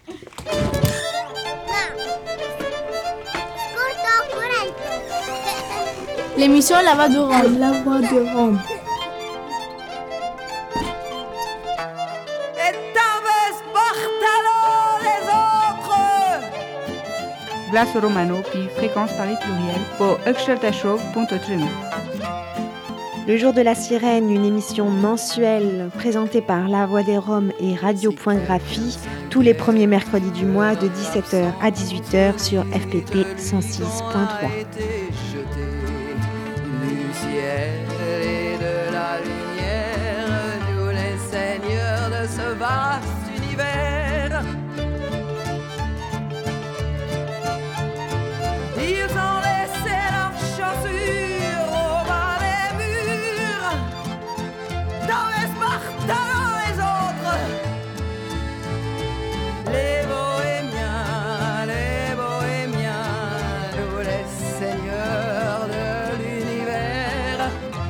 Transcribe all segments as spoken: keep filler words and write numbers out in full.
L'émission La Voix de Rome. La Voix de Rome. Glaso Romano puis fréquence Paris pluriel pour Öxeltashov point treno. Le jour de la sirène, une émission mensuelle présentée par La Voix des Roms et Radio Point Graphie tous les premiers mercredis du mois de dix-sept heures à dix-huit heures sur F P P cent six point trois. Et de la lumière, nous les seigneurs de ce vaste univers. Ils ont laissé leurs chaussures au bas des murs, dans les Spartans les autres, les bohémiens, les bohémiens, nous les seigneurs de l'univers.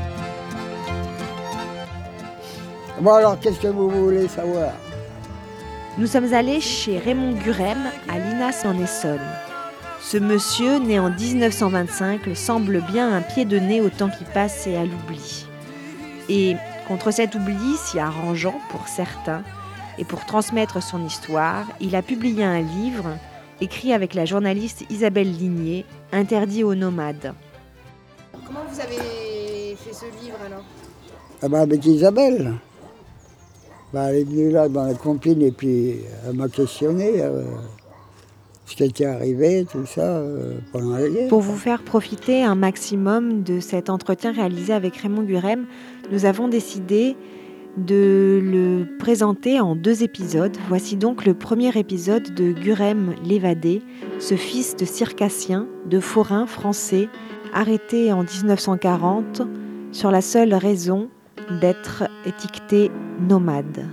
Bon alors, qu'est-ce que vous voulez savoir? Nous sommes allés chez Raymond Gurem à Linas en Essonne. Ce monsieur, né en dix-neuf cent vingt-cinq, semble bien un pied de nez au temps qui passe et à l'oubli. Et contre cet oubli, si arrangeant pour certains, et pour transmettre son histoire, il a publié un livre écrit avec la journaliste Isabelle Ligné, Interdit aux nomades. Comment vous avez fait ce livre alors? Ah bah avec Isabelle. Bah, elle est venue là dans la compine et puis elle m'a questionné euh, ce qui était arrivé, tout ça, euh, pendant la guerre. Pour vous faire profiter un maximum de cet entretien réalisé avec Raymond Gurem, nous avons décidé de le présenter en deux épisodes. Voici donc le premier épisode de Gurem l'évadé, ce fils de circassien, de forain français, arrêté en dix-neuf cent quarante sur la seule raison d'être étiqueté nomade.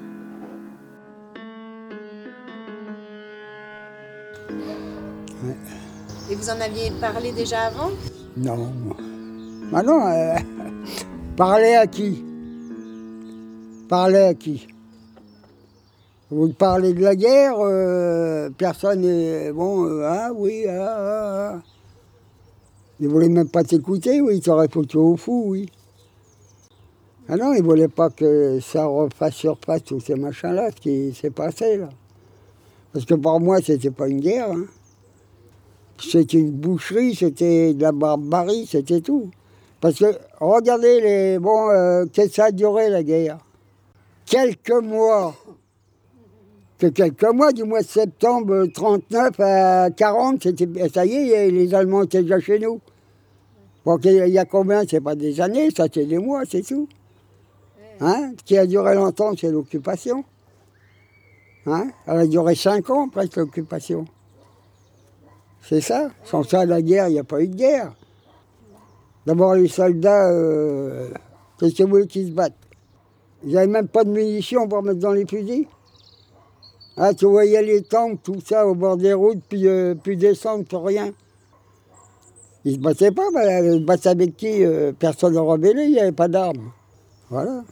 Ouais. Et vous en aviez parlé déjà avant? Non. Ah non, euh, parler à qui? Parler à qui? Vous parlez de la guerre, euh, personne n'est... Bon, euh, ah oui, ah, ah, ah. Ils ne voulaient même pas t'écouter, oui, ils t'auraient foutu au fou, oui. Ah non, ils ne voulaient pas que ça refasse surface tous ces machins-là, ce qui s'est passé, là. Parce que pour moi, c'était pas une guerre, hein. C'était une boucherie, c'était de la barbarie, c'était tout. Parce que, regardez, les, bon, euh, qu'est-ce que ça a duré, la guerre? Quelques mois. Que quelques mois, du mois de septembre trente-neuf à quarante, c'était, ça y est, les Allemands étaient déjà chez nous. Bon, il y a combien? C'est pas des années, ça c'est des mois, c'est tout. Hein? Ce qui a duré longtemps, c'est l'occupation. Hein? Elle a duré cinq ans, presque, l'occupation. C'est ça. Sans ça, la guerre, il n'y a pas eu de guerre. D'abord, les soldats, euh, qu'est-ce que vous voulez qu'ils se battent? Ils n'avaient même pas de munitions pour mettre dans les fusils. Ah, tu voyais les tanks, tout ça, au bord des routes, puis, euh, puis descendre pour rien. Ils ne se battaient pas, mais ils se battaient avec qui? euh, Personne ne rebellait, il n'y avait pas d'armes. Voilà.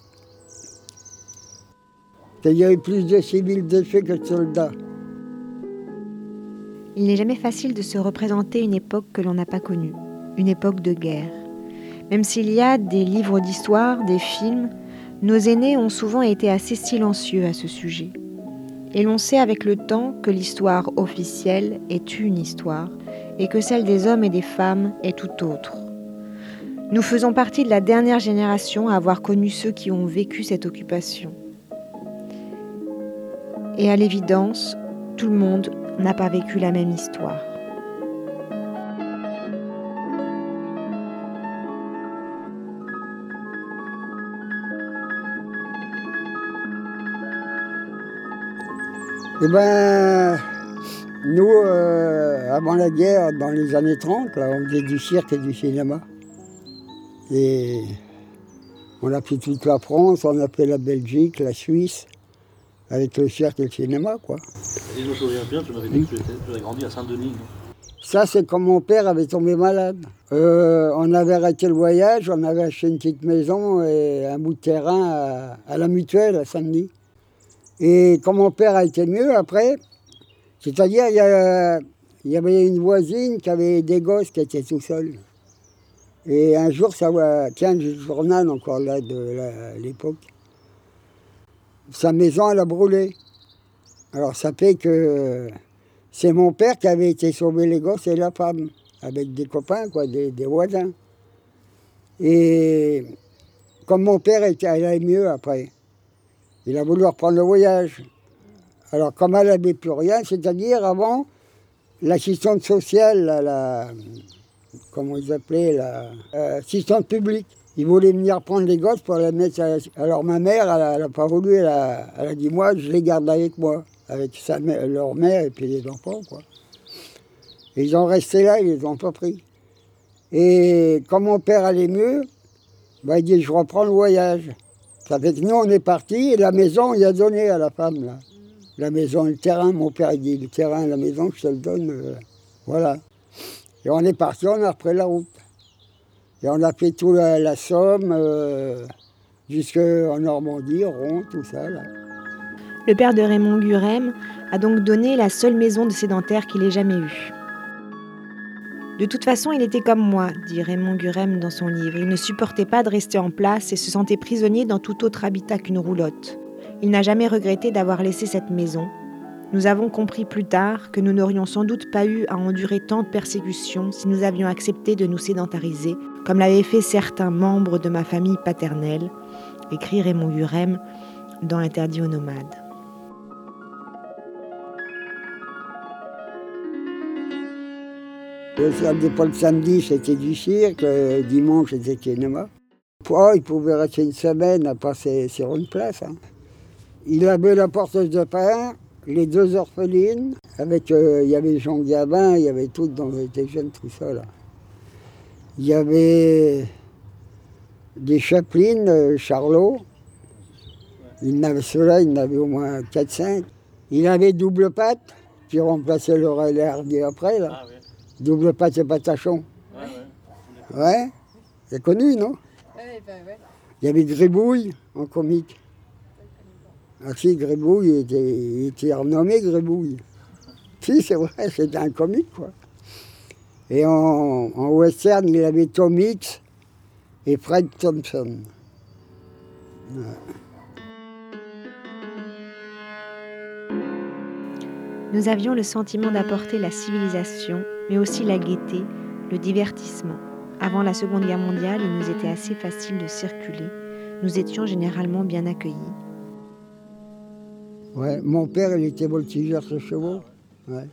Il y avait plus de civils défaits que de soldats. Il n'est jamais facile de se représenter une époque que l'on n'a pas connue, une époque de guerre. Même s'il y a des livres d'histoire, des films, nos aînés ont souvent été assez silencieux à ce sujet. Et l'on sait avec le temps que l'histoire officielle est une histoire et que celle des hommes et des femmes est tout autre. Nous faisons partie de la dernière génération à avoir connu ceux qui ont vécu cette occupation. Et à l'évidence, tout le monde n'a pas vécu la même histoire. Eh ben, nous, euh, avant la guerre, dans les années trente, là, on faisait du cirque et du cinéma. Et on a fait toute la France, on a fait la Belgique, la Suisse, avec le cirque et le cinéma, quoi. Et je me souviens bien, tu m'avais dit que tu, étais, tu avais grandi à Saint-Denis, non? Ça, c'est quand mon père avait tombé malade. Euh, on avait arrêté le voyage, on avait acheté une petite maison et un bout de terrain à, à la Mutuelle, à Saint-Denis. Et quand mon père a été mieux, après, C'est-à-dire, il y, a, il y avait une voisine qui avait des gosses qui étaient tout seuls. Et un jour, ça va, tiens, j'ai le journal encore là de la, l'époque. Sa maison, elle a brûlé. Alors ça fait que c'est mon père qui avait été sauver les gosses et la femme, avec des copains, quoi, des, des voisins. Et comme mon père était, elle allait mieux après, il a voulu reprendre le voyage. Alors comme elle n'avait plus rien, c'est-à-dire avant, l'assistante sociale, la, la, comment ils appelaient, l'assistante publique, ils voulaient venir prendre les gosses pour les mettre à... Alors ma mère, elle n'a pas voulu, elle a, elle a dit, moi, je les garde avec moi, avec sa mère, leur mère et puis les enfants, quoi. Et ils ont resté là, ils les ont pas pris. Et quand mon père allait mieux, bah, il dit, je reprends le voyage. Ça fait que nous, on est partis et la maison, il a donné à la femme, là. La maison et le terrain, mon père, il dit, le terrain et la maison, je te le donne, euh, voilà. Et on est partis, on a repris la route. Et on a fait toute la, la Somme, euh, jusqu'en Normandie, Rouen, tout ça, là. Le père de Raymond Gurem a donc donné la seule maison de sédentaire qu'il ait jamais eue. De toute façon, il était comme moi, dit Raymond Gurem dans son livre. Il ne supportait pas de rester en place et se sentait prisonnier dans tout autre habitat qu'une roulotte. Il n'a jamais regretté d'avoir laissé cette maison. Nous avons compris plus tard que nous n'aurions sans doute pas eu à endurer tant de persécutions si nous avions accepté de nous sédentariser, comme l'avaient fait certains membres de ma famille paternelle, écrit Raymond Gurem dans Interdit aux nomades. Le samedi, c'était du cirque, le dimanche, c'était cinéma. Oh, il pouvait rester une semaine à passer sur une place. Hein. Il avait la porteuse de pain, les deux orphelines, avec, euh, il y avait Jean Gabin, il y avait tout, dont j'étais jeune, tout ça, là. Il y avait des chapelines, euh, Charlot. Il n'avait ceux-là, il en avait au moins quatre cinq. Il avait double pâte, qui remplaçait le relais hardi après, là. Ah, oui. Double pâte et patachon. Ouais, ouais. Ouais, c'est connu, non? Ouais, ben ouais. Il y avait Gribouille en comique. Ah si, Gribouille, il était, il était renommé Gribouille. Si, c'est vrai, c'était un comique, quoi. Et en, en western, il avait Tom Hicks et Fred Thompson. Ouais. Nous avions le sentiment d'apporter la civilisation, mais aussi la gaieté, le divertissement. Avant la Seconde Guerre mondiale, il nous était assez facile de circuler. Nous étions généralement bien accueillis. Ouais, mon père, il était voltigeur sur chevaux. Ouais.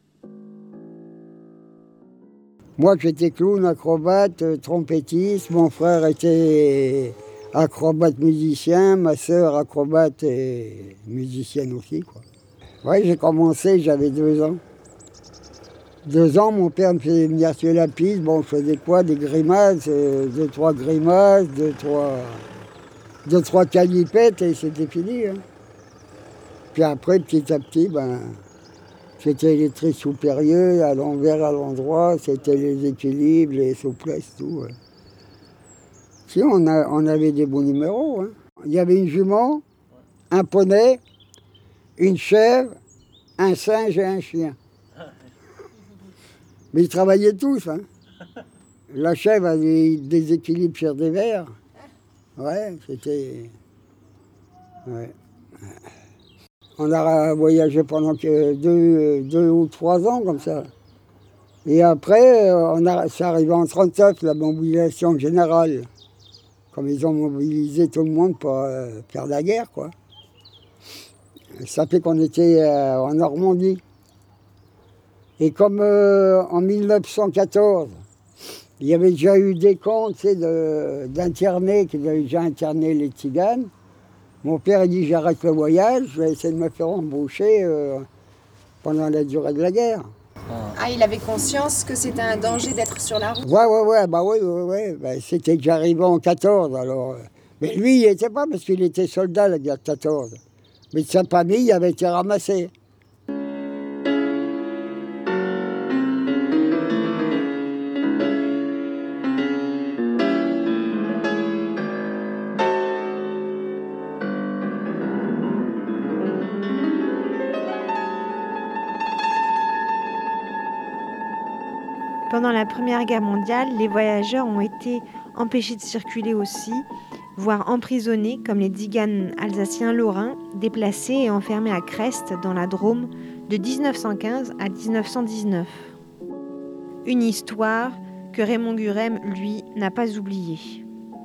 Moi, j'étais clown, acrobate, euh, trompettiste. Mon frère était acrobate musicien, ma sœur acrobate et musicienne aussi, quoi. Ouais, j'ai commencé, j'avais deux ans. Deux ans, mon père me faisait venir sur la piste. Bon, je faisais quoi? Des grimaces, euh, deux, trois grimaces, deux, trois, deux, trois calipettes et c'était fini. Hein. Puis après, petit à petit, ben, c'était les traits supérieurs, à l'envers, à l'endroit, c'était les équilibres, les souplesses, tout. Ouais. Si, on, a, on avait des bons numéros. Hein. Il y avait une jument, un poney, une chèvre, un singe et un chien. Mais ils travaillaient tous. Hein. La chèvre avait des équilibres sur des vers. Ouais, c'était... Ouais. On a voyagé pendant que deux, deux ou trois ans comme ça. Et après, on a, c'est arrivé en trente-neuf, la mobilisation générale. Comme ils ont mobilisé tout le monde pour euh, faire la guerre, quoi. Ça fait qu'on était euh, en Normandie. Et comme euh, en mille neuf cent quatorze, il y avait déjà eu des camps, tu sais, de, d'internés, qui avaient déjà interné les Tziganes, mon père a dit j'arrête le voyage, je vais essayer de me faire embaucher euh, pendant la durée de la guerre. Ah, il avait conscience que c'était un danger d'être sur la route? Ouais, ouais, ouais, bah oui, ouais, ouais. Bah, c'était déjà arrivé en quatorze, alors. Mais lui, il n'y était pas parce qu'il était soldat, la guerre de quatorze. Mais sa famille avait été ramassée. Pendant la Première Guerre mondiale, les voyageurs ont été empêchés de circuler aussi, voire emprisonnés, comme les Tziganes alsaciens lorrains, déplacés et enfermés à Crest, dans la Drôme, de dix-neuf cent quinze à dix-neuf cent dix-neuf. Une histoire que Raymond Gurem, lui, n'a pas oubliée.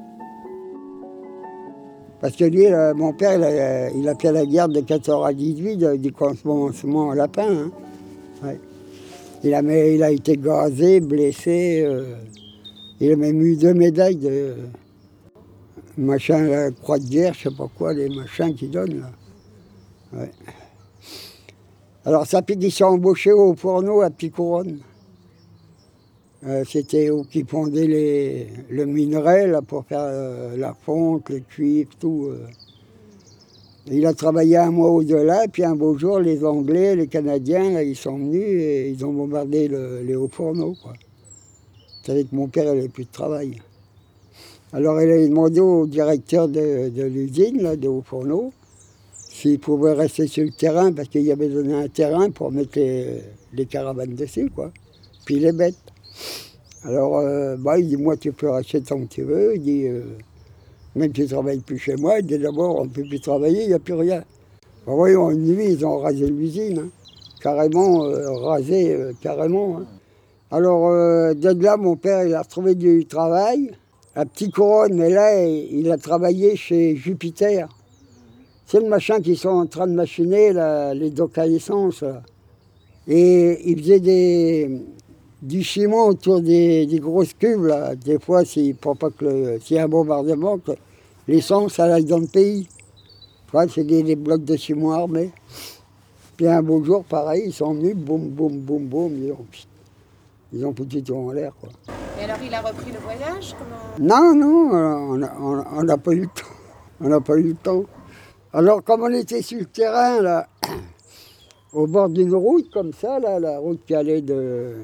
Parce que lui, là, mon père, il a, il a fait la guerre de quatorze à dix-huit, du commencement à la fin. Hein. Ouais. Il, a, il a été gazé, blessé. Euh, il a même eu deux médailles de machin, la croix de guerre, je sais pas quoi, les machins qu'ils donnent là. Ouais. Alors ça fait qu'ils sont embauchés au Fourneau à Petit-Couronne. Euh, c'était eux qui fondaient les, le minerai là, pour faire euh, la fonte, le cuivre, tout. Euh. Il a travaillé un mois au-delà, puis un beau jour, les Anglais, les Canadiens, là, ils sont venus et ils ont bombardé le, les Hauts-Fourneaux. C'est avec mon père, il n'avait plus de travail. Alors il a demandé au directeur de, de l'usine, là, de Hauts-Fourneaux, s'il pouvait rester sur le terrain, parce qu'il avait donné un terrain pour mettre les, les caravanes dessus, quoi. Puis les bêtes. Alors, euh, bah, il dit, moi, tu peux rester tant que tu veux. Il dit, euh, même si tu ne travailles plus chez moi, il dit, d'abord, on ne peut plus travailler, il n'y a plus rien. Bah, voyons, une nuit, ils ont rasé l'usine, hein. Carrément, euh, rasé, euh, carrément. Hein. Alors, euh, de là, mon père, il a retrouvé du travail à Petit-Couronne, mais là, il a travaillé chez Jupiter. C'est le machin qu'ils sont en train de machiner, là, les docks à essence. Là. Et il faisait des... du ciment autour des, des grosses cuves, là. Des fois, c'est pour pas que s'il y a un bombardement, que l'essence elle aille dans le pays. Enfin, c'est des, des blocs de ciment armés. Puis un beau jour, pareil, ils sont venus, boum, boum, boum, boum, ils ont, ils ont foutu tout en l'air, quoi. Et alors, il a repris le voyage? Comment... Non, non, on n'a pas eu le temps. On n'a pas eu le temps. Alors, comme on était sur le terrain, là, au bord d'une route, comme ça, là, la route qui allait de...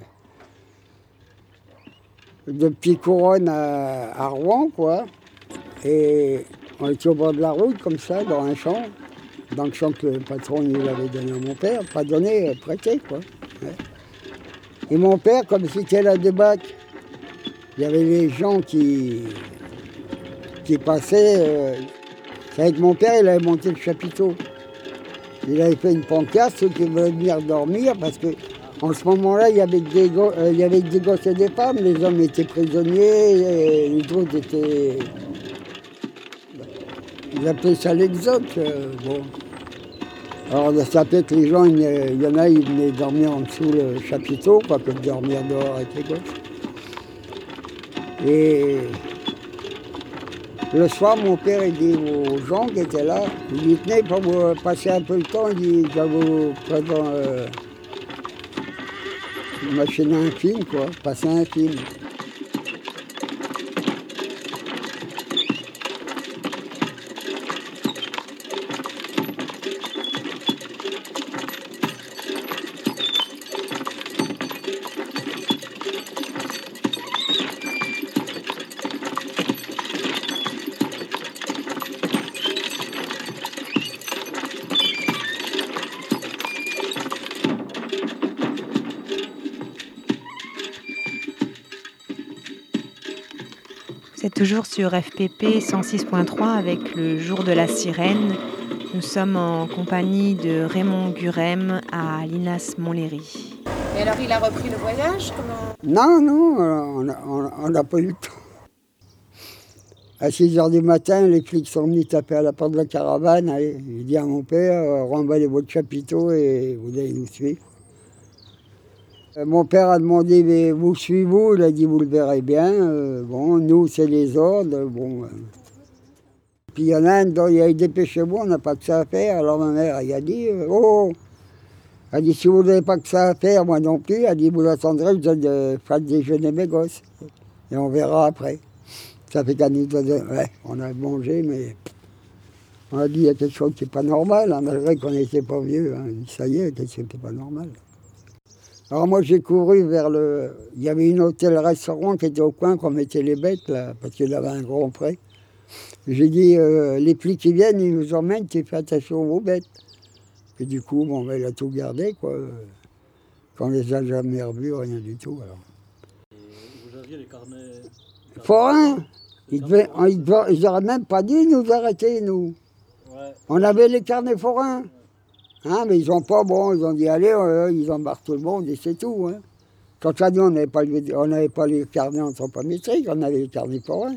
de Petit-Couronne à, à Rouen, quoi. Et on était au bord de la route, comme ça, dans un champ. Dans le champ que le patron il avait donné à mon père. Pas donné, prêté, quoi. Ouais. Et mon père, comme c'était la débac, il y avait les gens qui, qui passaient. Euh, c'est avec mon père, il avait monté le chapiteau. Il avait fait une pancarte, ceux qui veulent venir dormir, parce que en ce moment-là, il y avait des, go- euh, il y avait des gosses et des femmes, les hommes étaient prisonniers, et les autres étaient... Ils appelaient ça l'exode. Euh, bon. Alors ça fait que les gens, il y en a, ils venaient dormir en dessous le chapiteau, pas que de dormir dehors avec les gosses. Et le soir, mon père il dit aux gens qui étaient là, il dit, tenez, pour vous passer un peu le temps, il dit, je vais vous présenter... Euh, machiner un film, quoi, passer un film. C'est toujours sur F P P cent six point trois avec le Jour de la Sirène. Nous sommes en compagnie de Raymond Gurem à l'I N A S Montlhéry. Et alors, il a repris le voyage? Comment... Non, non, on n'a pas eu le temps. À six heures du matin, les flics sont venus taper à la porte de la caravane. Allez, j'ai dit à mon père, remballez votre chapiteau et vous allez nous suivre. Mon père a demandé, mais vous suivez-vous? Il a dit, vous le verrez bien. Euh, bon, nous, c'est les ordres. Bon. Puis il y en a un, dont il y a dépêchez-vous, on n'a pas que ça à faire. Alors ma mère, elle a dit, oh, elle a dit, si vous n'avez pas que ça à faire, moi non plus, elle a dit, vous attendrez, vous allez faire déjeuner mes gosses. Et on verra après. Ça fait qu'à nous, ouais, on a mangé, mais on a dit, il y a quelque chose qui n'est pas normal, hein, malgré qu'on n'était pas vieux. Hein. Ça y est, quelque chose qui n'était pas normal. Alors moi j'ai couru vers le... Il y avait une hôtel-restaurant qui était au coin, qu'on mettait les bêtes, là, parce qu'il avait un grand prêt. J'ai dit, euh, les flics qui viennent, ils nous emmènent, tu fais attention aux bêtes. Et du coup, bon, ben, il a tout gardé, quoi. Qu'on les a jamais revus, rien du tout. Alors. faisiez les carnets. les carnets Forains. Les Ils carnets devaient- forains. ils devaient- ils auraient même pas dû nous arrêter, nous. Ouais. On avait les carnets forains. Hein, mais ils ont pas, bon, ils ont dit, allez, euh, ils embarquent tout le monde et c'est tout. Hein. Quant à nous, on n'avait pas, le- on n'avait pas les carnets anthropométriques, on avait les carnets forains.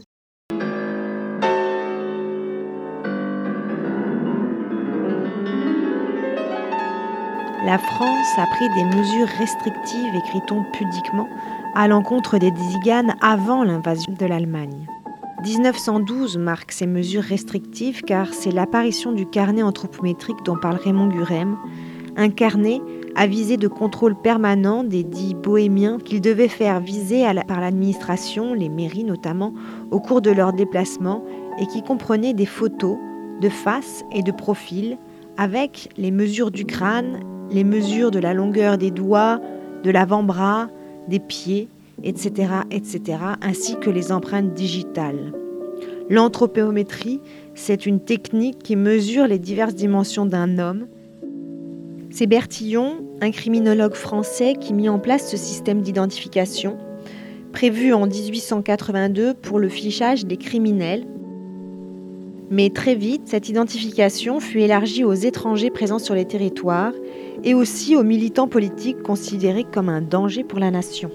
La France a pris des mesures restrictives, écrit-on pudiquement, à l'encontre des Tziganes avant l'invasion de l'Allemagne. dix-neuf cent douze marque ces mesures restrictives car c'est l'apparition du carnet anthropométrique dont parle Raymond Gurem, un carnet à visée de contrôle permanent des dits bohémiens qu'ils devaient faire viser à la- par l'administration, les mairies notamment, au cours de leurs déplacements et qui comprenait des photos de face et de profil avec les mesures du crâne, les mesures de la longueur des doigts, de l'avant-bras, des pieds, et cetera, et cetera, ainsi que les empreintes digitales. L'anthropométrie, c'est une technique qui mesure les diverses dimensions d'un homme. C'est Bertillon, un criminologue français, qui mit en place ce système d'identification, prévu en dix-huit cent quatre-vingt-deux pour le fichage des criminels. Mais très vite, cette identification fut élargie aux étrangers présents sur les territoires et aussi aux militants politiques considérés comme un danger pour la nation.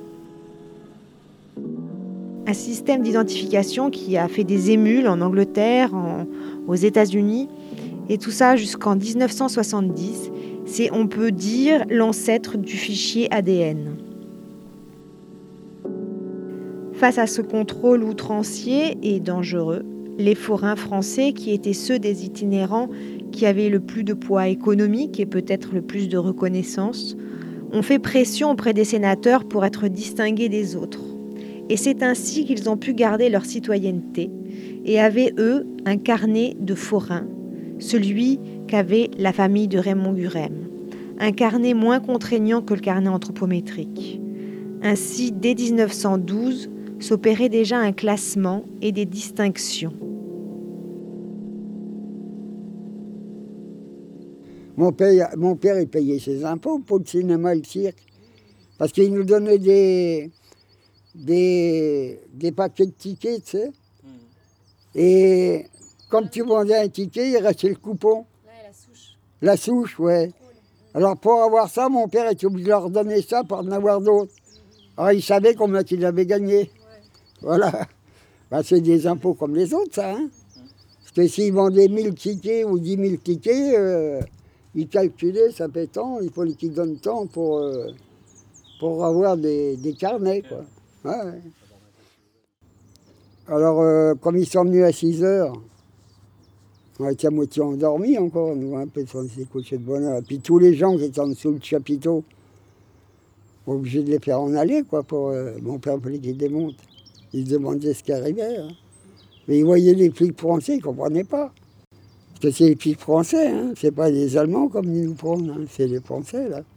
Un système d'identification qui a fait des émules en Angleterre, en- aux États-Unis, et tout ça jusqu'en dix-neuf cent soixante-dix. C'est, on peut dire, l'ancêtre du fichier A D N. Face à ce contrôle outrancier et dangereux, les forains français, qui étaient ceux des itinérants qui avaient le plus de poids économique et peut-être le plus de reconnaissance, ont fait pression auprès des sénateurs pour être distingués des autres. Et c'est ainsi qu'ils ont pu garder leur citoyenneté et avaient, eux, un carnet de forains, celui qu'avait la famille de Raymond Gurem, un carnet moins contraignant que le carnet anthropométrique. Ainsi, dès dix-neuf cent douze, s'opérait déjà un classement et des distinctions. Mon père, mon père, il payait ses impôts pour le cinéma et le cirque. Parce qu'il nous donnait des, des, des paquets de tickets, tu sais. Et quand tu vendais un ticket, il restait le coupon. Ouais, la souche. La souche, ouais. Alors pour avoir ça, mon père était obligé de leur donner ça pour en avoir d'autres. Alors il savait combien il avait gagné. Voilà. Ben, c'est des impôts comme les autres, ça. Hein. Parce que s'ils vendaient mille tickets ou dix mille tickets, euh, ils calculaient, ça fait tant, il faut qu'ils donnent tant pour, euh, pour avoir des, des carnets, quoi. Ouais, ouais. Alors, euh, comme ils sont venus à six heures, on était à moitié endormis encore, nous, un peu, on s'est couché de bonne heure. Et puis tous les gens qui étaient en dessous du chapiteau, obligés de les faire en aller, quoi, pour euh, mon père voulait qu'ils démontent. Ils se demandaient ce qui arrivait. Hein. Mais ils voyaient les flics français, ils ne comprenaient pas. Parce que c'est les flics français, hein. C'est pas les Allemands comme ils nous prennent, hein. C'est les Français, là.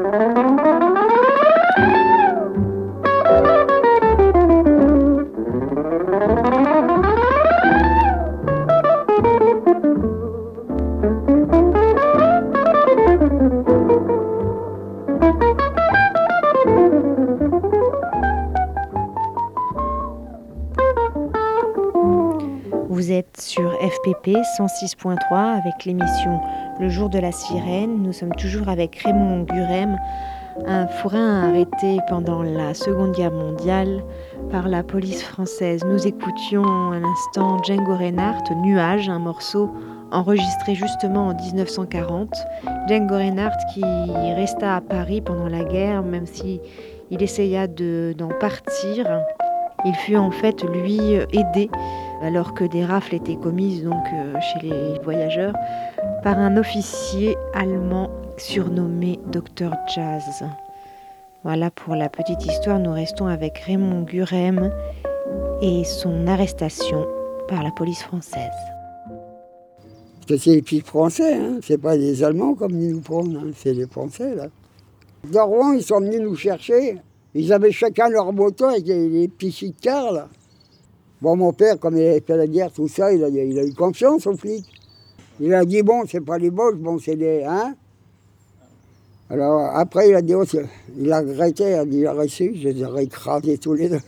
Vous êtes sur F P P cent six point trois avec l'émission Le jour de la sirène. Nous sommes toujours avec Raymond Gurem, un forain arrêté pendant la Seconde Guerre mondiale par la police française. Nous écoutions à l'instant Django Reinhardt, Nuages, un morceau enregistré justement en dix-neuf cent quarante. Django Reinhardt qui resta à Paris pendant la guerre, même si il essaya de, d'en partir. Il fut en fait, lui, aidé, alors que des rafles étaient commises donc, euh, chez les voyageurs, par un officier allemand surnommé Docteur Jazz. Voilà pour la petite histoire, nous restons avec Raymond Gurem et son arrestation par la police française. Parce que c'est les flics français, hein. C'est pas des Allemands comme ils nous prennent, hein. C'est les Français là. De Rouen, ils sont venus nous chercher. Ils avaient chacun leur moto avec les, les petits chicars là. Bon, mon père, comme il avait fait la guerre, tout ça, il a, il a eu confiance aux flics. Il a dit, bon, c'est pas les Boches, bon, c'est des... Hein. Alors, après, il a dit, oh, il a regretté, il a dit, il a reçu, je les aurais écrasés tous les deux.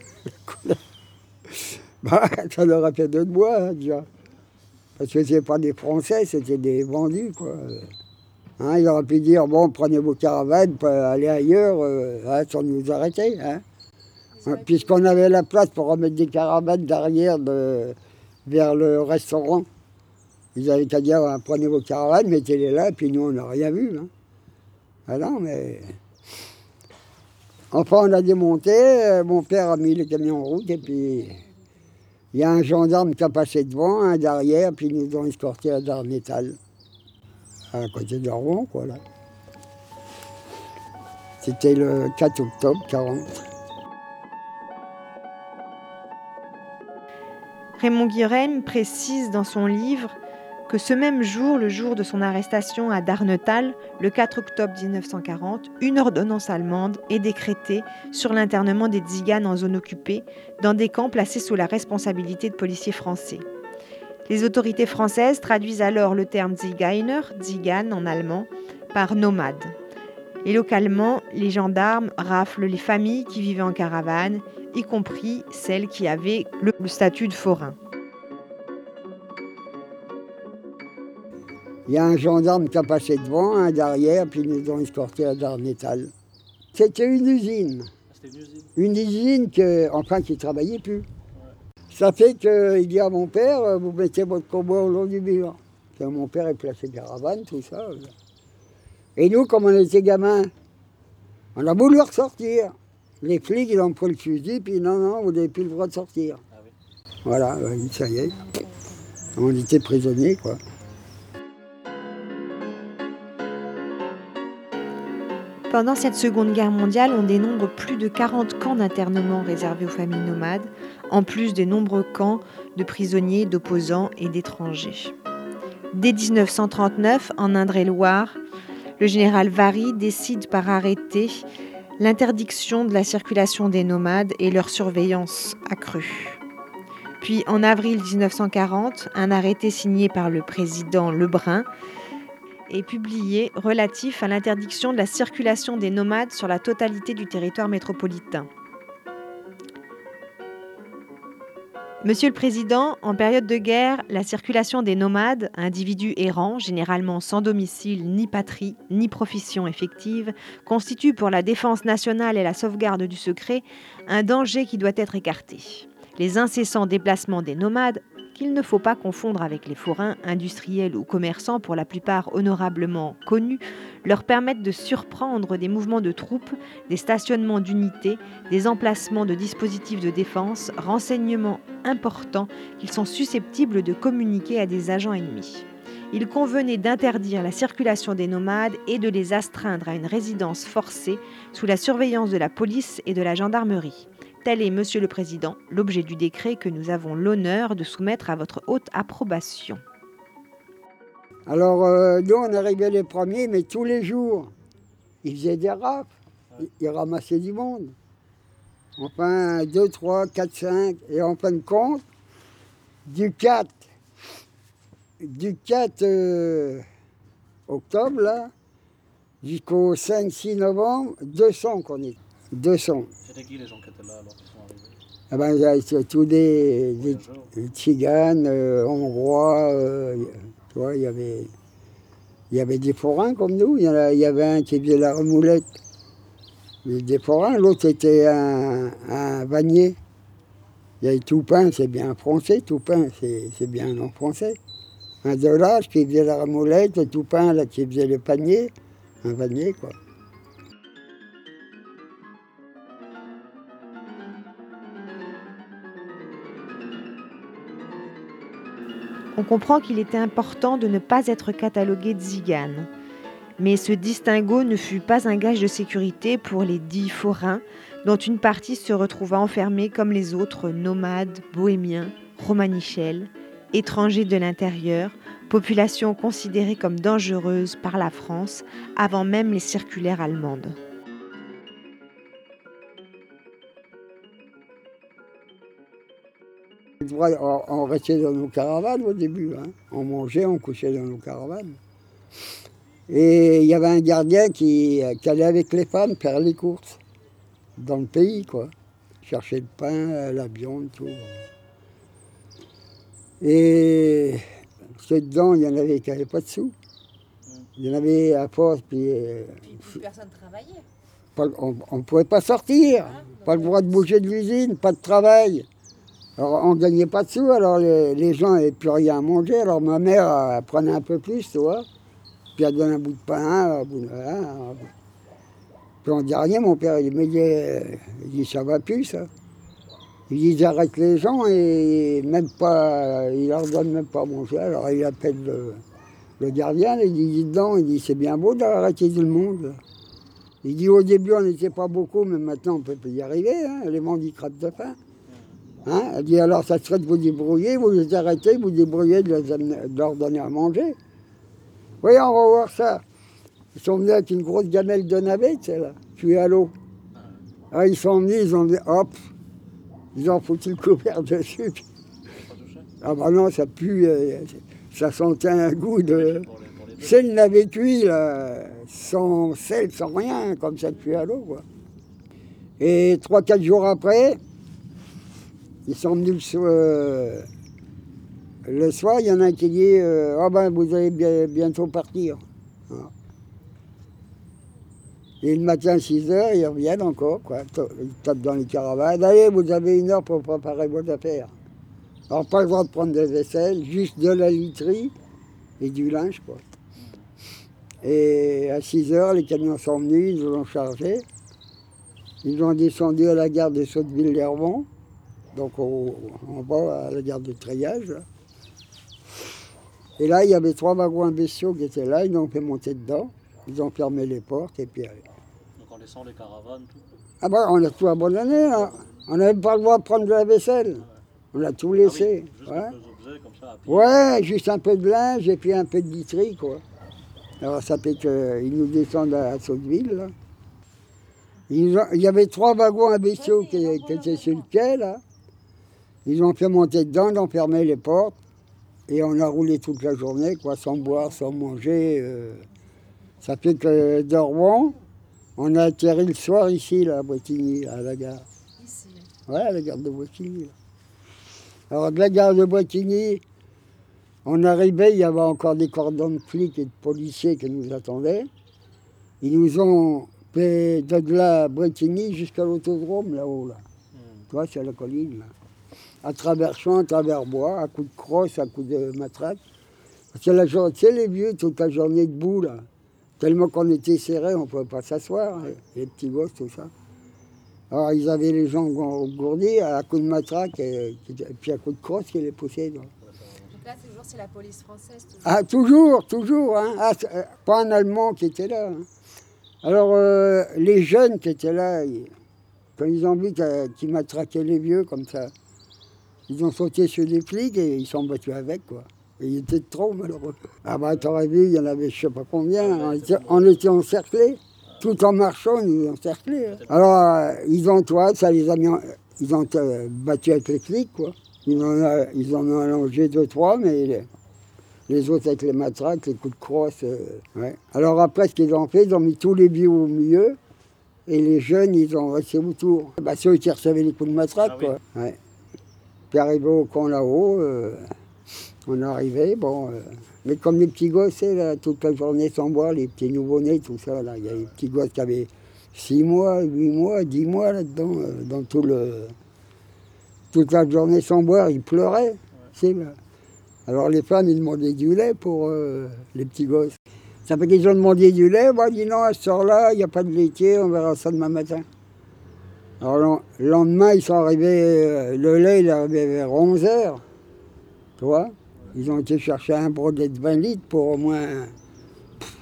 Bah, ça leur a fait deux de moi, hein, déjà. Parce que c'est pas des Français, c'était des vendus, quoi. Hein, il aurait pu dire, bon, prenez vos caravanes, allez ailleurs, euh, hein, sans nous arrêter, hein. Puisqu'on avait la place pour remettre des caravanes derrière de, vers le restaurant. Ils avaient qu'à dire, prenez vos caravanes, mettez-les là, et puis nous, on n'a rien vu. Hein. Ah non, mais... Enfin, on a démonté, mon père a mis le camion en route, et puis il y a un gendarme qui a passé devant, un derrière, puis ils nous ont escortés à Darnétal, à côté de Rouen, quoi, là. C'était le quatre octobre quarante. Raymond Gurem précise dans son livre que ce même jour, le jour de son arrestation à Darnetal, le quatre octobre dix-neuf cent quarante, une ordonnance allemande est décrétée sur l'internement des Tziganes en zone occupée, dans des camps placés sous la responsabilité de policiers français. Les autorités françaises traduisent alors le terme Zigeuner, Tzigane en allemand, par nomade. Et localement, les gendarmes raflent les familles qui vivaient en caravane, y compris celles qui avaient le statut de forain. Il y a un gendarme qui a passé devant, un derrière, puis ils nous ont escortés à Darnétal. C'était une usine. C'était une usine Une usine que, enfin, qui ne travaillait plus. Ouais. Ça fait qu'il dit à mon père, vous mettez votre combat au long du mur. Et mon père est placé caravane, tout ça. Et nous, comme on était gamins, on a voulu ressortir. Les flics, ils ont pris le fusil, puis non, non, vous n'avez plus le droit de sortir. Ah oui. Voilà, ça y est. On était prisonniers, quoi. Pendant cette Seconde Guerre mondiale, on dénombre plus de quarante camps d'internement réservés aux familles nomades, en plus des nombreux camps de prisonniers, d'opposants et d'étrangers. Dès dix-neuf cent trente-neuf, en Indre-et-Loire, le général Vary décide par arrêté l'interdiction de la circulation des nomades et leur surveillance accrue. Puis en avril dix-neuf cent quarante, un arrêté signé par le président Lebrun est publié relatif à l'interdiction de la circulation des nomades sur la totalité du territoire métropolitain. Monsieur le Président, en période de guerre, la circulation des nomades, individus errants, généralement sans domicile, ni patrie, ni profession effective, constitue pour la défense nationale et la sauvegarde du secret un danger qui doit être écarté. Les incessants déplacements des nomades, qu'il ne faut pas confondre avec les forains, industriels ou commerçants, pour la plupart honorablement connus, leur permettent de surprendre des mouvements de troupes, des stationnements d'unités, des emplacements de dispositifs de défense, renseignements importants qu'ils sont susceptibles de communiquer à des agents ennemis. Il convenait d'interdire la circulation des nomades et de les astreindre à une résidence forcée sous la surveillance de la police et de la gendarmerie. Tel est, Monsieur le Président, l'objet du décret que nous avons l'honneur de soumettre à votre haute approbation. Alors, euh, nous, on arrivait les premiers, mais tous les jours. ils faisaient des rafles, ils, ils ramassaient du monde. Enfin, deux, trois, quatre, cinq, et en fin de compte, du quatre, du quatre euh, octobre, là, jusqu'au cinq six novembre, deux cents qu'on est. deux cents. C'était qui les gens qui étaient là alors qu'ils sont arrivés? Ah ben, c'est tous des, des, des tziganes, euh, hongrois, euh, tu vois, il y avait, il y avait des forains comme nous. Il y, en a, il y avait un qui faisait la remoulette, des forains, l'autre était un, un vannier. Il y avait Toupin, c'est bien français, Toupin, c'est, c'est bien en français. Un Delage qui faisait la remoulette, et Toupin là, qui faisait le panier, un vannier, quoi. On comprend qu'il était important de ne pas être catalogué tzigane. Mais ce distinguo ne fut pas un gage de sécurité pour les dits forains, dont une partie se retrouva enfermée comme les autres nomades, bohémiens, romanichels, étrangers de l'intérieur, population considérée comme dangereuse par la France avant même les circulaires allemandes. On restait dans nos caravanes au début, hein. On mangeait, on couchait dans nos caravanes. Et il y avait un gardien qui, qui allait avec les femmes faire les courses dans le pays, quoi. Chercher le pain, la viande, tout. Et ceux dedans, il y en avait qui n'avaient pas de sous. Il y en avait à force, puis... Puis plus personne travaillait. Pas, on ne pouvait pas sortir, hein, pas le droit de bouger de l'usine, pas de travail. Alors on ne gagnait pas de sous, alors les, les gens n'avaient plus rien à manger. Alors ma mère elle prenait un peu plus, tu vois. Puis elle donnait un bout de pain, un bout de... Hein, puis on dit rien, mon père, il me dit, il dit ça va plus, ça. Il dit, ils arrêtent les gens et même pas, il leur donne même pas à manger. Alors il appelle le, le gardien, il dit, dis dedans, il dit, c'est bien beau d'arrêter tout le monde. Il dit, au début, on n'était pas beaucoup, mais maintenant, on peut plus y arriver, hein, les mendis crèvent de faim. Hein, elle dit, alors ça serait de vous débrouiller, vous les arrêtez, vous débrouillez de, les amener, de leur donner à manger. Oui, on va voir ça. Ils sont venus avec une grosse gamelle de navette, là, tuée à l'eau. Alors, ils sont venus, ils ont dit, hop, ils ont foutu le couvert dessus. Ah ben non, ça pue, ça sentait un goût de... C'est le navet cuit, là, sans sel, sans rien, comme ça cuit à l'eau, quoi. Et trois, quatre jours après, ils sont venus le, euh, le soir, il y en a un qui dit euh, « Ah ben, vous allez bien, bientôt partir. Voilà. » Et le matin à six heures, ils reviennent encore, quoi. Ils tapent dans les caravanes. « Allez, vous avez une heure pour préparer vos affaires. » Alors, pas le droit de prendre des vaisselles, juste de la literie et du linge, quoi. Et à six heures, les camions sont venus, ils l'ont chargé. Ils ont descendu à la gare de Sotteville-Lermont, donc au, en bas à la gare de Treillage. Là. Et là, il y avait trois wagons imbéciaux qui étaient là, ils ont fait monter dedans, ils ont fermé les portes et puis... Donc en laissant les caravanes, tout. Ah ben, on a tout abandonné, là. On n'avait pas le droit de prendre de la vaisselle. On a tout laissé. Ah oui, juste ouais. Objets, comme ça, à pied. Ouais, juste un peu de linge et puis un peu de literie, quoi. Alors ça fait qu'ils nous descendent à Sotteville, là. Ils ont, il y avait trois wagons imbéciaux qui, qui étaient sur le quai, là. Ils ont fait monter dedans, ils ont fermé les portes. Et on a roulé toute la journée, quoi, sans boire, sans manger. Euh. Ça fait que de Rouen, on a atterri le soir ici, là, à Bretigny, à la gare. Ici. Ouais, à la gare de Bretigny. Là. Alors, de la gare de Bretigny, on arrivait, il y avait encore des cordons de flics et de policiers qui nous attendaient. Ils nous ont fait de là à Bretigny jusqu'à l'autodrome, là-haut, là. Mmh. Tu vois, c'est la colline, là. À travers champs, à travers bois, à coups de crosse, à coups de matraque. Parce que la journée, tu sais, les vieux, toute la journée debout, là. Tellement qu'on était serrés, on ne pouvait pas s'asseoir, hein, les petits gosses, tout ça. Alors, ils avaient les jambes engourdies à coups de matraque et, et puis à coups de crosse qui les poussaient. Donc, donc là, toujours, c'est la police française, toujours. Ah, toujours, toujours. Hein. Ah, pas un Allemand qui était là. Hein. Alors, euh, les jeunes qui étaient là, ils, quand ils ont vu qu'ils matraquaient les vieux comme ça, ils ont sauté sur les flics et ils sont battus avec, quoi. Et ils étaient trop malheureux. Ah bah, t'aurais vu, il y en avait je sais pas combien, on était, on était encerclés. tout en marchant, ils nous ont encerclés. Hein. Alors, euh, ils ont, toi, ça les a mis en- ils ont euh, battu avec les flics, quoi. Ils en, a, ils en ont allongé deux, trois, mais les, les autres avec les matraques, les coups de crosse. Euh, ouais. Alors après, ce qu'ils ont fait, ils ont mis tous les vieux au milieu, et les jeunes, ils ont resté autour. Bah, ceux qui recevaient les coups de matraque, Ah oui. quoi. Ouais. Puis arrivé au camp là-haut, euh, on est arrivé, bon... Euh, mais comme les petits gosses, c'est, là, toute la journée sans boire, les petits nouveau-nés, tout ça, là. Il y a des petits gosses qui avaient six mois, huit mois, dix mois là-dedans, euh, dans tout le... Toute la journée sans boire, ils pleuraient. C'est, là. Alors les femmes, ils demandaient du lait pour euh, les petits gosses. Ça fait qu'ils ont demandé du lait, moi, je dis non, à ce soir-là, il n'y a pas de laitier, on verra ça demain matin. Alors le lendemain, ils sont arrivés, euh, le lait, il est arrivé vers onze heures, tu vois. Ils ont été chercher un brodet de vingt litres pour au moins... Pff,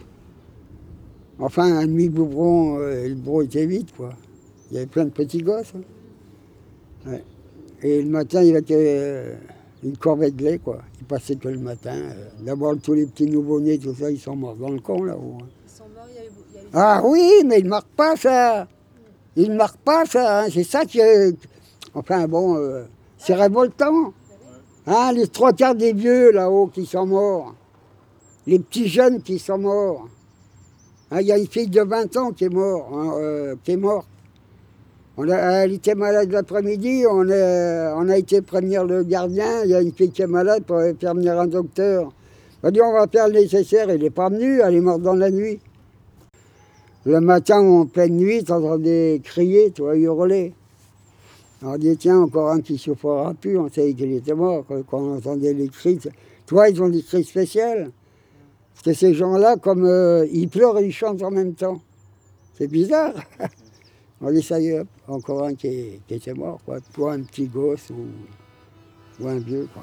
enfin, un demi-biberon, euh, le bro était vide, quoi. Il y avait plein de petits gosses. Hein. Ouais. Et le matin, il y avait euh, une corvette de lait, quoi. Ils passaient que le matin. Euh, D'abord, tous les petits nouveau-nés, tout ça, ils sont morts dans le camp, là-haut. Hein. Ils sont morts, il y a eu, il y a eu... Ah oui, mais ils ne marquent pas, ça. Ils ne marquent pas, ça. Hein. C'est ça qui est... Enfin, bon, euh, c'est révoltant. Hein, les trois quarts des vieux là-haut qui sont morts, les petits jeunes qui sont morts. Il hein, y a une fille de vingt ans qui est morte. Hein, euh, qui est morte. On a, elle était malade l'après-midi, on, est, on a été prévenir le gardien, il y a une fille qui est malade pour faire venir un docteur. On a dit on va faire le nécessaire, il n'est pas venu, elle est morte dans la nuit. Le matin, en pleine nuit, t'entendais crier, tu vois, hurler. On dit, tiens, encore un qui ne souffrira plus, on savait qu'il était mort quand, quand on entendait les cris. Toi, ils ont des cris spéciaux. Parce que ces gens-là, comme euh, ils pleurent et ils chantent en même temps. C'est bizarre. On dit, ça y est, encore un qui, qui était mort, quoi. Pour un petit gosse ou, ou un vieux, quoi.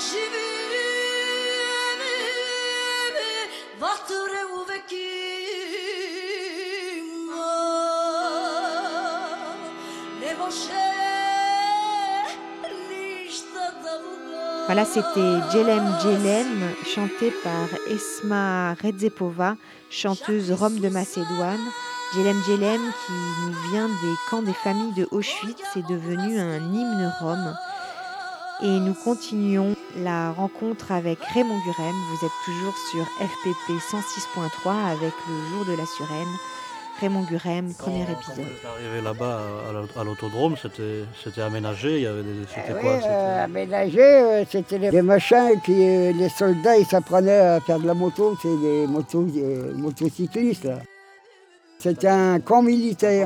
Voilà, c'était Djelem Djelem, chanté par Esma Redzepova, chanteuse rome de Macédoine. Djelem Djelem, qui nous vient des camps des familles de Auschwitz, est devenu un hymne rome. Et nous continuons la rencontre avec Raymond Gurem. Vous êtes toujours sur F P P cent six point trois avec le jour de la Surenne. Raymond Gurem, premier épisode. Quand on est arrivé là-bas à l'autodrome, c'était, c'était aménagé, il y avait des, c'était Ah quoi oui, c'était... euh, aménagé, euh, c'était les, des machins qui euh, les soldats ils s'apprenaient à faire de la moto, c'est des motos, euh, motocyclistes là. C'était un camp militaire.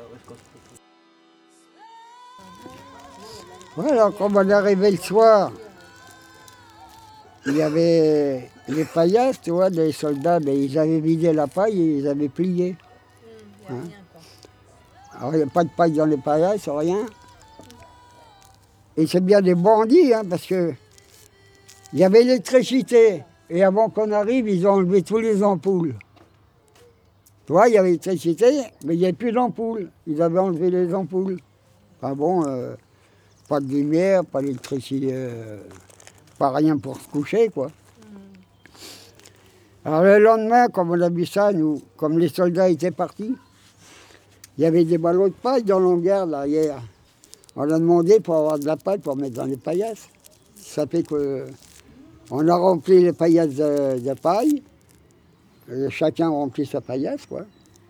Voilà, quand on est arrivé le soir, il y avait les paillasses, tu vois, les soldats, ben, ils avaient vidé la paille et ils avaient plié. Hein. Alors il n'y a pas de paille dans les paillasses, rien. Et c'est bien des bandits, hein, parce que il y avait l'électricité. Et avant qu'on arrive, ils ont enlevé tous les ampoules. Tu vois, il y avait l'électricité, mais il n'y avait plus d'ampoules. Ils avaient enlevé les ampoules. Enfin bon, euh, pas de lumière, pas d'électricité, euh, pas rien pour se coucher, quoi. Alors le lendemain, comme on a vu ça, nous, comme les soldats étaient partis, il y avait des ballots de paille dans l'hangar derrière. On a demandé pour avoir de la paille pour mettre dans les paillasses. Ça fait qu'on a rempli les paillasses de, de paille. Et chacun remplit sa paillasse, quoi.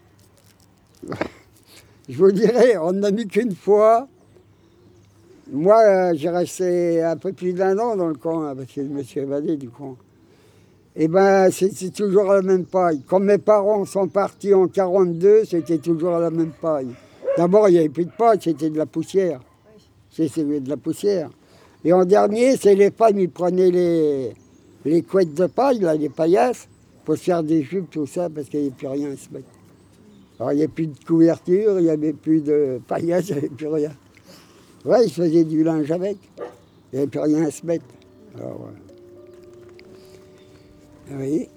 Je vous dirais, on n'a mis qu'une fois. Moi, euh, j'ai resté un peu plus d'un an dans le camp, hein, parce que je me suis évadé du camp. Eh bien, c'est toujours la même paille. Quand mes parents sont partis en quarante-deux, c'était toujours la même paille. D'abord, il n'y avait plus de paille, c'était de la poussière. C'était de la poussière. Et en dernier, c'est les femmes, ils prenaient les, les couettes de paille, là, les paillasses, pour se faire des jupes, tout ça, parce qu'il n'y avait plus rien à se mettre. Alors, il n'y avait plus de couverture, il n'y avait plus de paillasses, il n'y avait plus rien. Ouais, ils faisaient du linge avec. Il n'y avait plus rien à se mettre. Alors, ouais. Oui.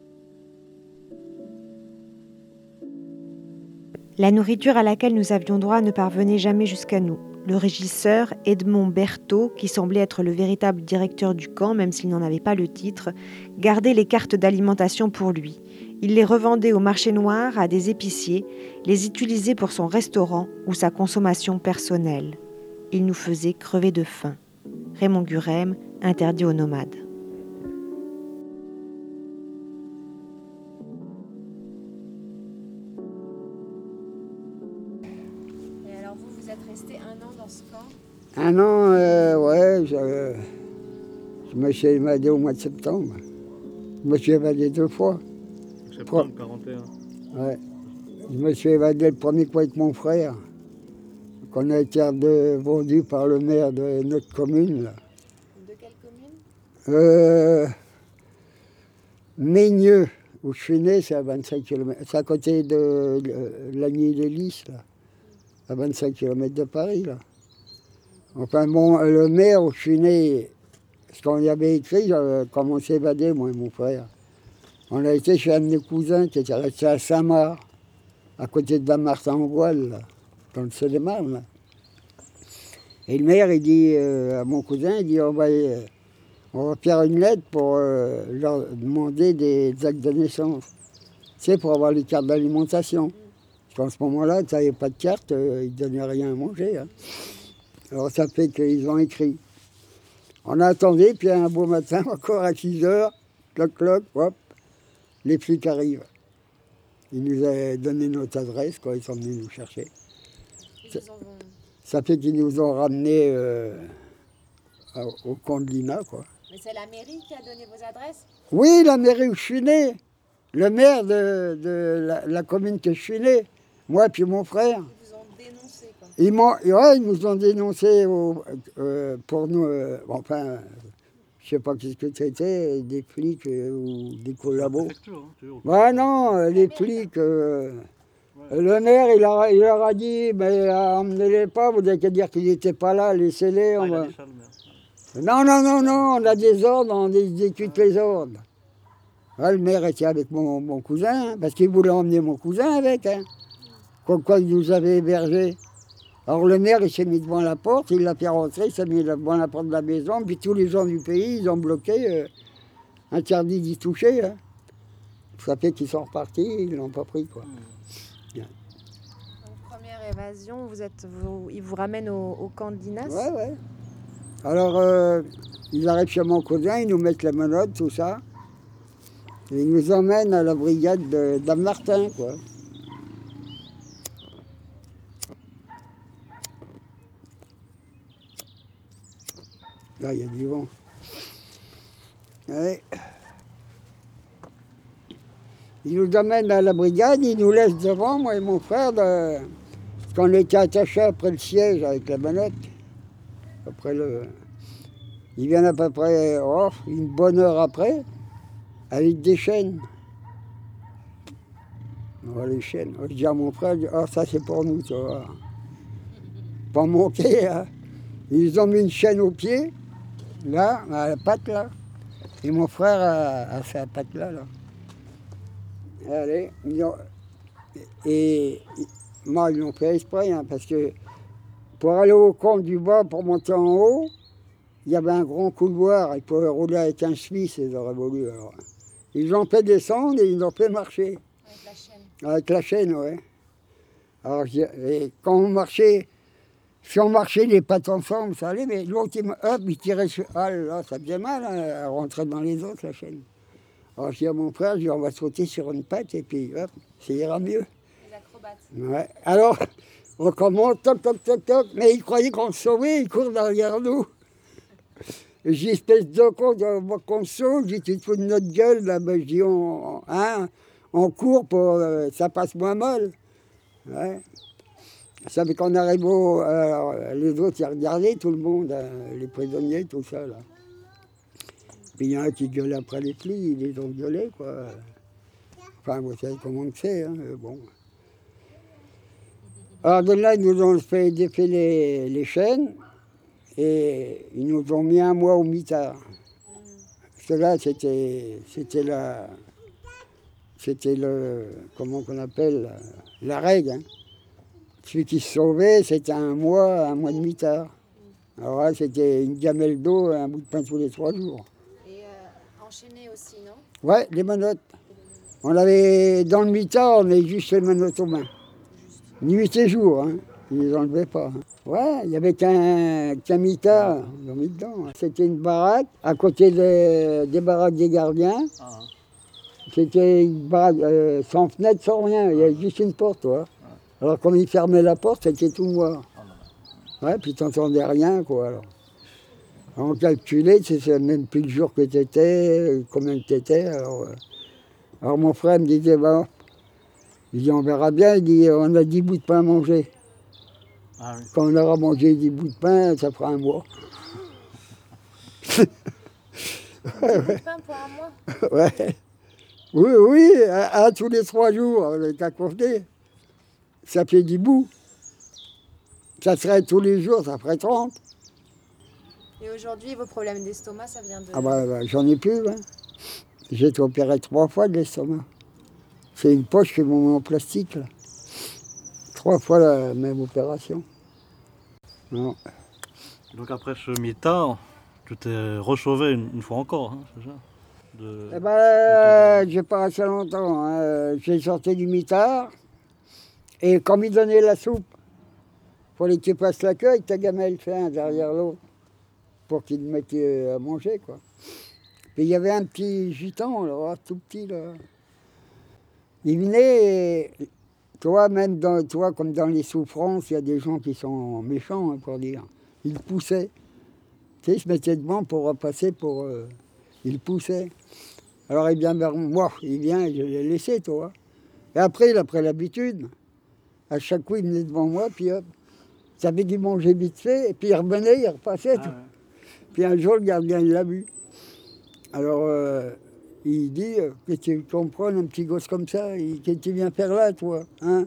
La nourriture à laquelle nous avions droit ne parvenait jamais jusqu'à nous. Le régisseur Edmond Berthaud, qui semblait être le véritable directeur du camp, même s'il n'en avait pas le titre, gardait les cartes d'alimentation pour lui. Il les revendait au marché noir à des épiciers, les utilisait pour son restaurant ou sa consommation personnelle. Il nous faisait crever de faim. Raymond Gurem, interdit aux nomades. Un an, euh, ouais, je, je me suis évadé au mois de septembre. Je me suis évadé deux fois. Septembre quarante et un. Ouais. Je me suis évadé le premier coup avec mon frère, qu'on a été vendu par le maire de notre commune. Là. De quelle commune euh, Meigneux, où je suis né, c'est à vingt-cinq kilomètres. C'est à côté de, de Lagny-les-Lys, là, à vingt-cinq kilomètres de Paris, là. Enfin bon, le maire où je suis né, ce qu'on y avait écrit, comme on s'est évadé, moi et mon frère. On a été chez un de mes cousins qui était resté à Saint-Marc, à côté de la Martin-en-Goual, dans le Seine-et-Marne, là. Et le maire, il dit euh, à mon cousin, il dit on va, euh, on va faire une lettre pour euh, leur demander des actes de naissance. Tu sais, pour avoir les cartes d'alimentation. Parce qu'en ce moment-là, tu n'avais pas de carte, euh, ils ne donnaient rien à manger. Hein. Alors ça fait qu'ils ont écrit. On a attendu, puis un beau matin, encore à six heures, cloc, cloc, hop, les flics arrivent. Ils nous ont donné notre adresse, quoi, ils sont venus nous chercher. Ça, ça fait qu'ils nous ont ramenés euh, au camp de l'I N A, quoi. Mais c'est la mairie qui a donné vos adresses? Oui, la mairie où je suis né. Le maire de, de la, la commune que je suis né. Moi puis mon frère. Ils vous ont dénoncé, quoi. Ils, ouais, ils nous ont dénoncé au, euh, pour nous, euh, enfin, je sais pas qu'est-ce que c'était, des flics euh, ou des collabos. Hein, ouais, non, euh, les flics. Euh, ouais. Le maire, il, a, il leur a dit, mais emmenez-les pas, vous n'avez qu'à dire qu'ils n'étaient pas là, laissez-les. Ah, on va... Non, non, non, non, on a des ordres, on exécute les ordres. Ouais, le maire était avec mon, mon cousin, parce qu'il voulait emmener mon cousin avec, hein. Comme quoi il nous avait hébergés. Alors le maire, il s'est mis devant la porte, il l'a fait rentrer, il s'est mis devant la porte de la maison, puis tous les gens du pays, ils ont bloqué, euh, interdit d'y toucher. Hein. Ça fait qu'ils sont repartis, ils l'ont pas pris, quoi. Donc, première évasion, vous êtes, vous, ils vous ramènent au, au camp de Linas. Ouais, ouais. Alors, euh, ils arrivent chez mon cousin, ils nous mettent les menottes, tout ça. Et ils nous emmènent à la brigade de Dame-Martin, quoi. Là, il y a du vent. Ouais. Ils nous emmènent à la brigade, ils nous laissent devant, moi et mon frère, de... parce qu'on était attachés après le siège avec la manette. Après le... Ils viennent à peu près oh, une bonne heure après, avec des chaînes. On voit les chaînes. Je dis à mon frère, oh, ça c'est pour nous, tu vois. Pas monter, hein. Ils ont mis une chaîne au pied, là, à la patte, là. Et mon frère a, a fait la patte là, là. Allez, ils ont... et moi, ils l'ont fait exprès, hein, parce que pour aller au camp du bas, pour monter en haut, il y avait un grand couloir, ils pouvaient rouler avec un Suisse, ils auraient voulu. Alors. Ils l'ont fait descendre et ils l'ont fait marcher. Avec la chaîne. Avec la chaîne, oui. Alors, et quand on marchait, si on marchait les pattes ensemble, ça allait, mais l'autre, il, hop, il tirait sur... Ah là, ça faisait mal, hein, à rentrer dans les autres, la chaîne. Alors, je dis à mon frère, je dis, on va sauter sur une patte et puis, hop, ça ira mieux. Les acrobates. Ouais. Alors, on commence, toc, toc, toc, toc, mais ils croyaient qu'on se sauvait, ils courent derrière nous. J'ai espèce de con, qu'on se sauve, j'ai dit, tu te fous de notre gueule, là, ben, je dis, on, hein, on court pour, euh, ça passe moins mal. Ouais. Ça fait qu'on arrive au, alors, les autres, ils regardaient, tout le monde, hein, les prisonniers, tout ça, là. Puis il y en a qui gueulent après les flics, ils les ont gueulés, quoi. Enfin, vous savez comment c'est, hein, mais bon. Alors de là, ils nous ont fait défaire les, les chaînes et ils nous ont mis un mois au mitard. Parce que là, c'était, c'était la, c'était le, comment qu'on appelle, la règle. Hein. Celui qui se sauvait, c'était un mois, un mois de mitard. Alors là, c'était une gamelle d'eau, un bout de pain tous les trois jours. Et euh, enchaîné aussi, non? Ouais, les menottes. On avait, dans le mitard, on avait juste les menottes aux mains. Nuit et jour, hein. Ils ne les enlevaient pas. Hein. Ouais, il n'y avait qu'un, qu'un mitard, ils l'ont mis dedans. Hein. C'était une baraque, à côté des, des baraques des gardiens. Ah. C'était une baraque euh, sans fenêtre, sans rien, il y avait juste une porte, ouais. Alors quand ils fermaient la porte, c'était tout noir. Ouais, puis tu n'entendais rien, quoi, alors. On calculait, tu sais même plus le jour que tu étais, combien tu étais, alors... Euh, alors mon frère me disait, bah, il dit, on verra bien, il dit, on a dix bouts de pain à manger. Ah oui. Quand on aura mangé dix bouts de pain, ça fera un mois. dix bouts de pain pour un mois? Ouais. Oui, oui, à, à tous les trois jours, on est accordé. Ça fait dix bouts. Ça serait tous les jours, ça ferait trente. Et aujourd'hui, vos problèmes d'estomac, ça vient de... Ah bah, bah j'en ai plus, hein. J'ai été opéré trois fois de l'estomac. C'est une poche que m'ont mis en plastique, là. Trois fois la même opération. Non. Donc après ce mitard, tu t'es rechauvé une, une fois encore, hein, c'est ça de... Eh ben, euh, j'ai pas assez longtemps. Hein. J'ai sorti du mitard. Et quand ils donnaient la soupe, il fallait que tu passes la queue avec ta gamelle fait un derrière l'autre pour qu'ils te mettent à manger, quoi. Puis il y avait un petit gitan, là, tout petit, là. Il venait, et, toi, même dans, toi, comme dans les souffrances, il y a des gens qui sont méchants, hein, pour dire. Il poussait. Tu sais, il se mettait devant pour repasser, pour... Euh, il poussait. Alors il vient vers moi, il vient, je l'ai laissé, toi. Et après, il a pris l'habitude. À chaque coup, il venait devant moi, puis hop. Ça fait qu'il mangeait vite fait, et puis il revenait, il repassait. Ah, tout. Ouais. Puis un jour, le gardien, il l'a vu. Alors, euh, il dit, euh, que tu comprends un petit gosse comme ça, qu'est-ce que tu viens faire là, toi, hein?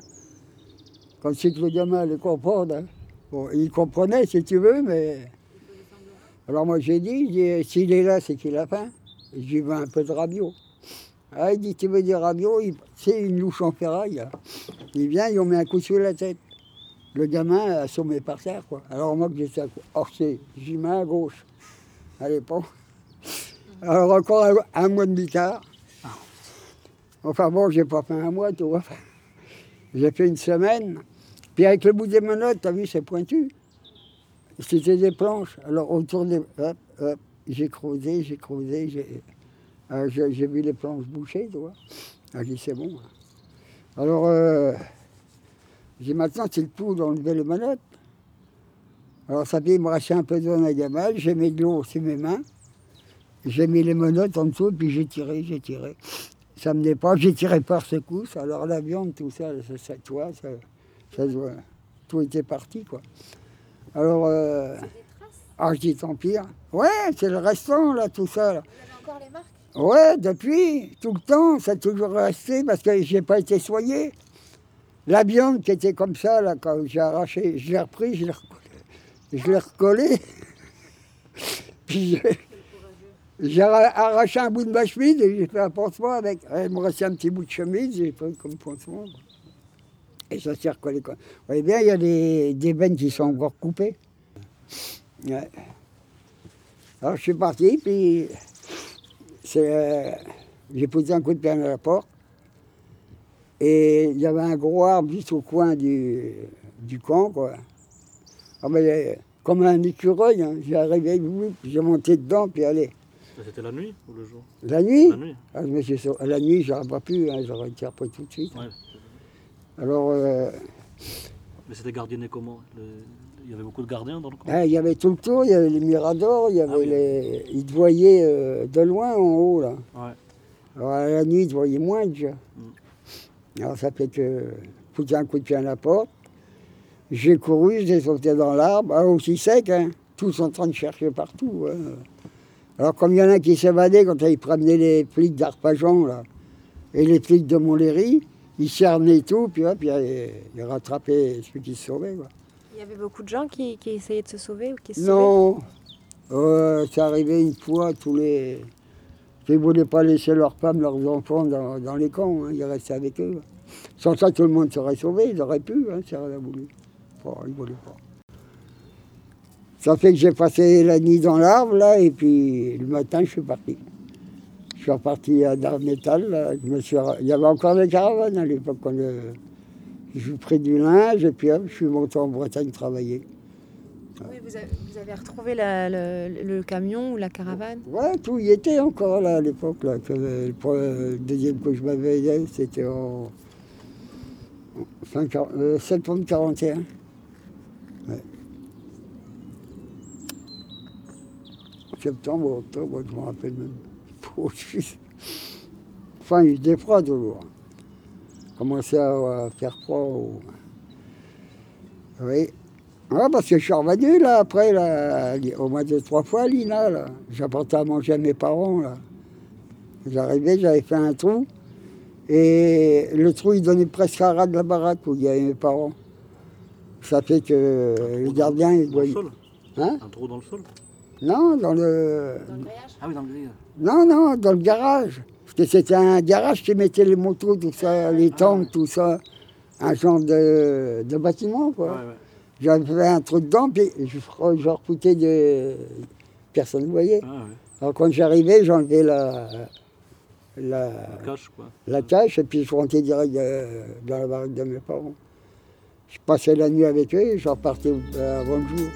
Comme c'est que le gamin allait comprendre. Hein. Bon, il comprenait, si tu veux, mais Alors moi j'ai dit, dit s'il est là, c'est qu'il a faim. Je lui veux un peu de rabiot. Ah, il dit, tu veux des rabiots? C'est une louche en ferraille. Là. Il vient, il met un coup sur la tête. Le gamin assommé par terre, quoi. Alors moi que j'étais à Orsay, j'y mets à gauche. À l'époque. Alors encore un, un mois de tard. Enfin bon, j'ai pas fait un mois, tu vois. J'ai fait une semaine. Puis avec le bout des menottes, t'as vu, c'est pointu. C'était des planches. Alors autour des... Hop, hop, j'ai creusé, j'ai creusé, j'ai... Alors, j'ai, j'ai vu les planches bouchées, tu vois. J'ai dit, c'est bon. Alors, euh, j'ai dit, maintenant, c'est le coup d'enlever les menottes. Alors, ça fait, il me restait un peu d'eau dans la gamelle, j'ai mis de l'eau sur mes mains, j'ai mis les menottes en dessous, puis j'ai tiré, j'ai tiré. Ça ne me pas, j'ai tiré par secousse. Alors, la viande, tout ça, ça, ça, tu vois, ça, ça, ça, tout était parti, quoi. Alors, euh, ah, je dis, tant pis. Ouais, c'est le restant, là, tout ça. Là. Vous avez encore les marques? Ouais, depuis, tout le temps, ça a toujours resté parce que j'ai pas été soigné. La viande qui était comme ça, là, quand j'ai arraché, je l'ai repris, je l'ai recollé. Je l'ai recollé. Puis j'ai, j'ai arraché un bout de ma chemise et j'ai fait un pansement avec. Il me restait un petit bout de chemise, j'ai fait comme pansement. Et ça s'est recollé. Vous voyez bien, il y a des, des veines qui sont encore coupées. Ouais. Alors je suis parti, puis. C'est, euh, j'ai posé un coup de pied à la porte et il y avait un gros arbre juste au coin du, du camp, quoi. Ah ben, comme un écureuil, hein. J'ai arrivé, j'ai monté dedans, puis allez. C'était la nuit ou le jour? La nuit, La nuit. Ah, je me suis sauvé. La nuit, j'aurais pas pu, hein, j'aurais été après tout de suite. Ouais. Alors... Euh, Mais c'était gardienné comment? Le... Il y avait beaucoup de gardiens dans le camp? hein, il y avait tout le tour, il y avait les miradors, il y avait ah, oui. les... Ils te voyaient euh, de loin en haut, là. Ouais. Alors à la nuit, ils te voyaient moins déjà. Mm. Alors ça fait que... Foutais un coup de pied à la porte. J'ai couru, j'ai sauté dans l'arbre, ah, aussi sec, hein. Tous en train de chercher partout. Hein. Alors comme il y en a qui s'évadaient quand ils prenaient les flics d'Arpajon, là, et les flics de Montlhéry, ils cernaient tout, puis hop, ils, ils rattrapaient ceux qui se sauvaient, quoi. Il y avait beaucoup de gens qui, qui essayaient de se sauver ou qui se Non, euh, c'est arrivé une fois, tous les... Ils ne voulaient pas laisser leurs femmes, leurs enfants dans, dans les camps, hein. Ils restaient avec eux. Sans ça, tout le monde serait sauvé, ils auraient pu, hein, si rien voulu. Bon, ils ne voulaient pas. Ça fait que j'ai passé la nuit dans l'arbre, là, et puis le matin, je suis parti. Je suis reparti à Darnétal, là. Je me suis... Il y avait encore des caravanes à l'époque, quand le... J'ai pris du linge et puis hop, je suis monté en Bretagne travailler. Oui, vous avez, vous avez retrouvé la, le, le camion ou la caravane? Ouais, tout y était encore là à l'époque. Là. Le, le deuxième que je m'avais aidé, c'était en, en fin, euh, septembre quarante et un. Ouais. Septembre, octobre, je me rappelle même. Enfin, il faisait froid toujours. Commençait à faire froid. Au... Oui. Ouais, parce que je suis revenu, là, après, là, au moins deux, trois fois, à Lina, là. J'apportais à manger à mes parents, là. J'arrivais, j'avais fait un trou. Et le trou, il donnait presque à ras de la baraque où il y avait mes parents. Ça fait que le gardien, il doit... Dans le sol? Hein? Un trou dans le sol? Non, dans le... Dans le grillage? Ah oui, dans le grillage. Non, non, dans le garage. Parce que c'était un garage qui mettait les motos, tout ça, les tanks, tout ça. Un genre de, de bâtiment, quoi. Ouais, ouais. J'avais fait un truc dedans, puis je, je refoutais de... Personne ne voyait. Ah, ouais. Alors quand j'arrivais, j'enlevais la... La, la cache, quoi. La cache, et puis je rentrais direct euh, dans la baraque de mes parents. Je passais la nuit avec eux et je repartais euh, avant le jour.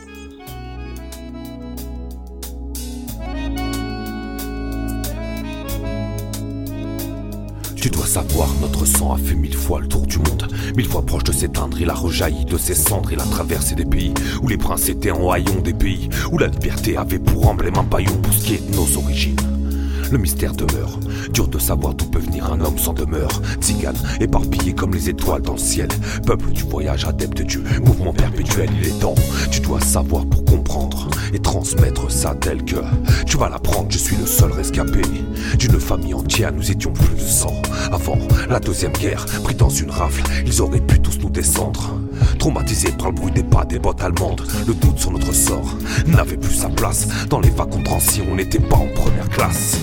Tu dois savoir, notre sang a fait mille fois le tour du monde. Mille fois proche de s'éteindre, il a rejailli de ses cendres. Il a traversé des pays où les princes étaient en haillons, des pays où la liberté avait pour emblème un paillon pour ce qui est de nos origines. Le mystère demeure, dur de savoir d'où peut venir un homme sans demeure. Tzigane, éparpillé comme les étoiles dans le ciel. Peuple du voyage, adepte du mouvement perpétuel, il est temps. Tu dois savoir pour comprendre et transmettre ça tel que tu vas l'apprendre. Je suis le seul rescapé d'une famille entière, nous étions plus de cent Avant la deuxième guerre, pris dans une rafle, ils auraient pu tous nous descendre. Traumatisés par le bruit des pas des bottes allemandes, le doute sur notre sort n'avait plus sa place. Dans les wagons de Drancy, on n'était pas en première classe.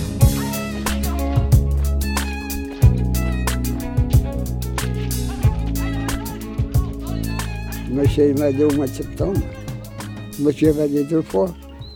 Je me suis évadé au mois de septembre. Je me suis évadé deux fois.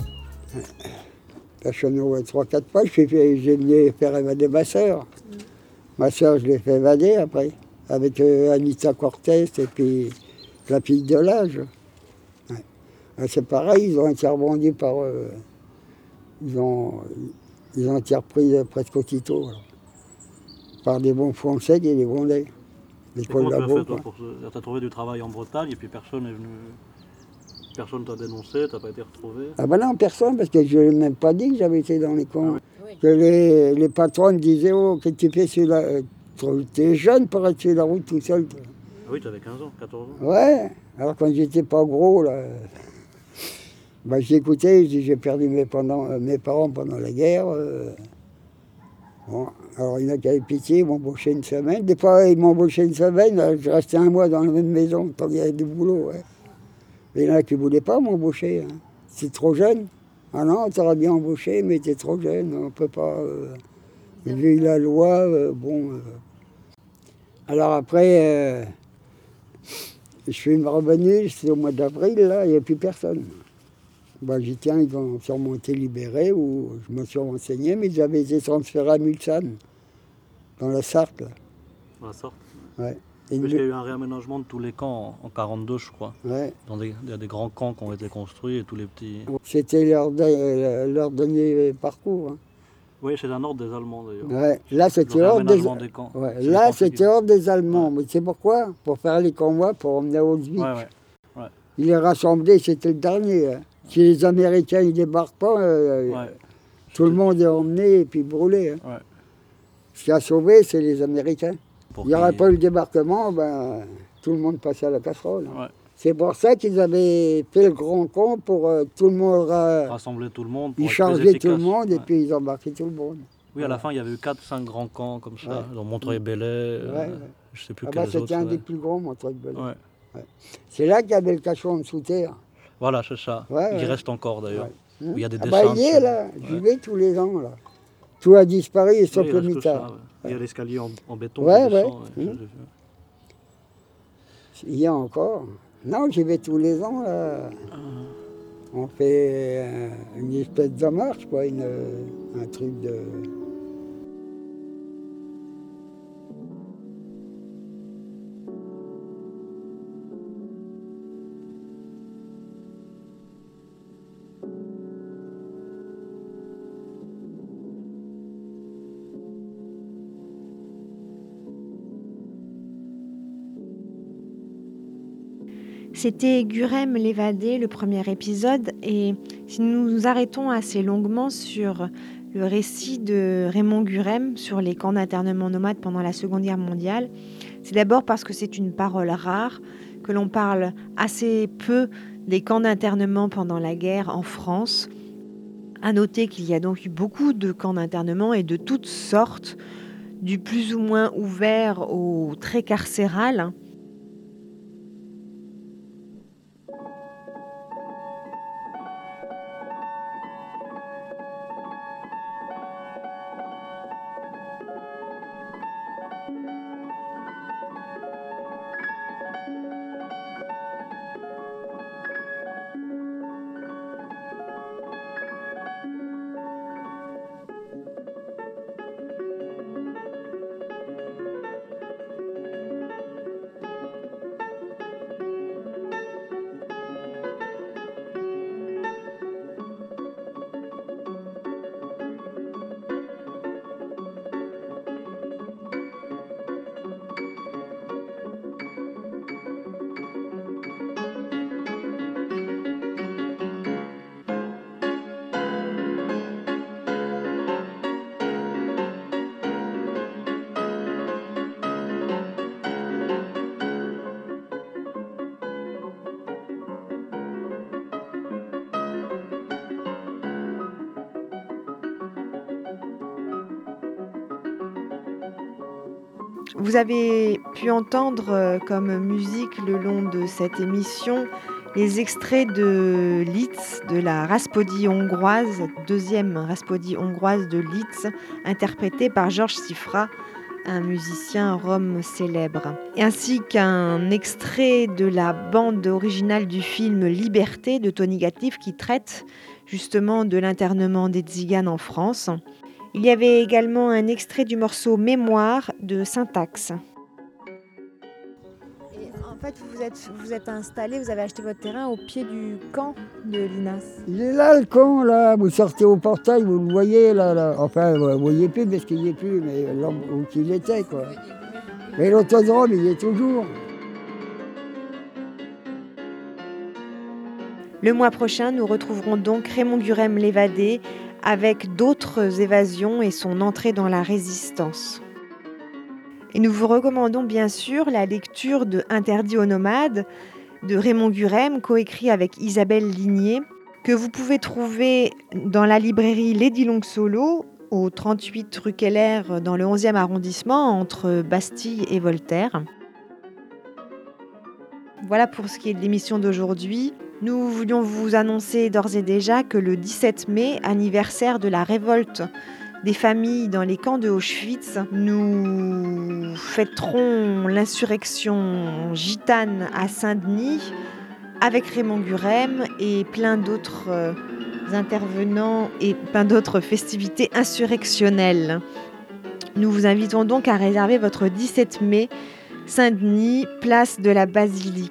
Je suis venu trois quatre fois, j'ai venu faire évader ma soeur. Ma soeur, je l'ai fait évader après, avec euh, Anita Cortez et puis la fille de l'âge. Ouais. C'est pareil, ils ont été rebondis par... Euh, ils, ont, ils ont été repris presque aussitôt. Là. Par des bons Français et des bondés. Et comment tu as fait, toi, pour te... T'as trouvé du travail en Bretagne et puis personne n'est venu... Personne t'a dénoncé, t'as pas été retrouvé? Ah ben non, personne, parce que je n'ai même pas dit que j'avais été dans les camps. Ah oui. Que les, les patrons me disaient, oh, qu'est-ce que tu fais sur la... T'es jeune pour être sur la route tout seul. Toi. Ah oui, tu avais quinze ans, quatorze ans. Ouais, alors quand j'étais pas gros, là... Ben, j'écoutais, je dis, j'ai perdu mes, pendant, mes parents pendant la guerre. Euh... Bon, alors il y en a qui avaient pitié, ils m'embauchaient une semaine. Des fois, ils m'embauchaient une semaine, je restais un mois dans la même maison, tant qu'il y avait du boulot, ouais. Il y en a qui ne voulaient pas m'embaucher. Hein. C'est trop jeune. Ah non, tu aurais bien embauché, mais tu es trop jeune. On ne peut pas. Euh, vu la loi, euh, bon. Euh. Alors après, euh, je suis revenu, c'était au mois d'avril, là, il n'y a plus personne. Ben, j'y tiens, ils ont sûrement été libérés, ou je me suis renseigné, mais ils avaient été transférés à Mulsanne, dans la Sarthe. Là. Dans la Sarthe? Ouais. Parce qu'il y a eu un réaménagement de tous les camps en quarante-deux, je crois. Ouais. Dans des, il y a des grands camps qui ont été construits et tous les petits... C'était leur, de, leur dernier parcours. Hein. Oui, c'est un ordre des Allemands d'ailleurs. Ouais. Là, c'était l'ordre des... des camps. Ouais. Là, c'était l'ordre des Allemands. Ouais. Mais tu sais pourquoi? Pour faire les convois, pour emmener à Auschwitz. Ouais, ouais. Ouais. Ils les rassemblaient, c'était le dernier. Hein. Si les Américains ne débarquent pas, euh, ouais. tout le monde est emmené et puis brûlé. Hein. Ouais. Ce qui a sauvé, c'est les Américains. Il n'y aurait pas eu le débarquement, ben, tout le monde passait à la casserole. Ouais. C'est pour ça qu'ils avaient fait le grand camp pour euh, tout le monde. Euh, rassembler tout le monde. Ils chargeaient tout le monde ouais. et puis ils embarquaient tout le monde. Oui, à la fin, il y avait eu quatre cinq grands camps comme ça, ouais. dans Montreuil-Bellay, euh, ouais, ouais. je ne sais plus ah quels bah, c'était autres. C'était un ouais. des plus grands, Montreuil-Bellay. Ouais. Ouais. C'est là qu'il y avait le cachot en dessous terre. Voilà, c'est ça. Ouais, il ouais. reste encore d'ailleurs. Ouais. Il y a des ah descentes. Bah, il est là, j'y ouais. vais tous les ans. Là. Tout a disparu, sauf oui, le mitard. Ouais. Il y a l'escalier en, en béton. Ouais, ouais. Descend, ouais mmh. Il y a encore. Non, j'y vais tous les ans. Là. Ah. On fait euh, une espèce de marche, quoi, une, un truc de... C'était Gurem l'évadé, le premier épisode, et si nous nous arrêtons assez longuement sur le récit de Raymond Gurem sur les camps d'internement nomades pendant la Seconde Guerre mondiale, c'est d'abord parce que c'est une parole rare, que l'on parle assez peu des camps d'internement pendant la guerre en France. À noter qu'il y a donc eu beaucoup de camps d'internement et de toutes sortes, du plus ou moins ouvert au très carcéral. Vous avez pu entendre comme musique le long de cette émission les extraits de Liszt, de la Raspadie hongroise, deuxième Raspadie hongroise de Liszt, interprétée par Georges Szifra, un musicien rome célèbre, ainsi qu'un extrait de la bande originale du film Liberté de Tony Gatliff qui traite justement de l'internement des Tziganes en France. Il y avait également un extrait du morceau Mémoire de Syntaxe. Et en fait, vous êtes, vous êtes installé, vous avez acheté votre terrain au pied du camp de l'I N A S. Il est là le camp, là. Vous sortez au portail, vous le voyez là. là. Enfin, vous ne le voyez plus parce qu'il n'y est plus, mais là où il était, quoi. Mais l'autodrome, il y est toujours. Le mois prochain, nous retrouverons donc Raymond Gurem l'évadé avec d'autres évasions et son entrée dans la résistance. Et nous vous recommandons bien sûr la lecture de Interdit aux nomades de Raymond Gurem, coécrit avec Isabelle Ligné, que vous pouvez trouver dans la librairie Lady Long Solo, au trente-huit rue Keller, dans le onzième arrondissement, entre Bastille et Voltaire. Voilà pour ce qui est de l'émission d'aujourd'hui. Nous voulions vous annoncer d'ores et déjà que le dix-sept mai, anniversaire de la révolte des familles dans les camps de Auschwitz, nous fêterons l'insurrection gitane à Saint-Denis avec Raymond Gurem et plein d'autres intervenants et plein d'autres festivités insurrectionnelles. Nous vous invitons donc à réserver votre dix-sept mai, Saint-Denis, place de la Basilique.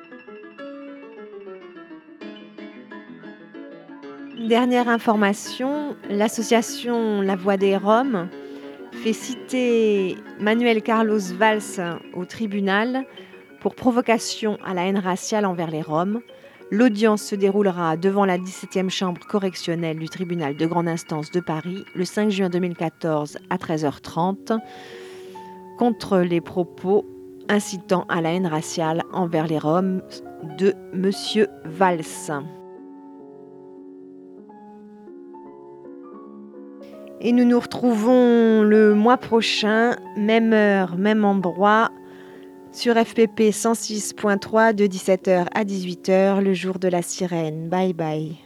Dernière information, l'association La Voix des Roms fait citer Manuel Carlos Valls au tribunal pour provocation à la haine raciale envers les Roms. L'audience se déroulera devant la dix-septième chambre correctionnelle du tribunal de grande instance de Paris le cinq juin deux mille quatorze à treize heures trente contre les propos incitant à la haine raciale envers les Roms de Monsieur Valls. Et nous nous retrouvons le mois prochain, même heure, même endroit, sur F P P cent six point trois de dix-sept heures à dix-huit heures, le jour de la sirène. Bye bye.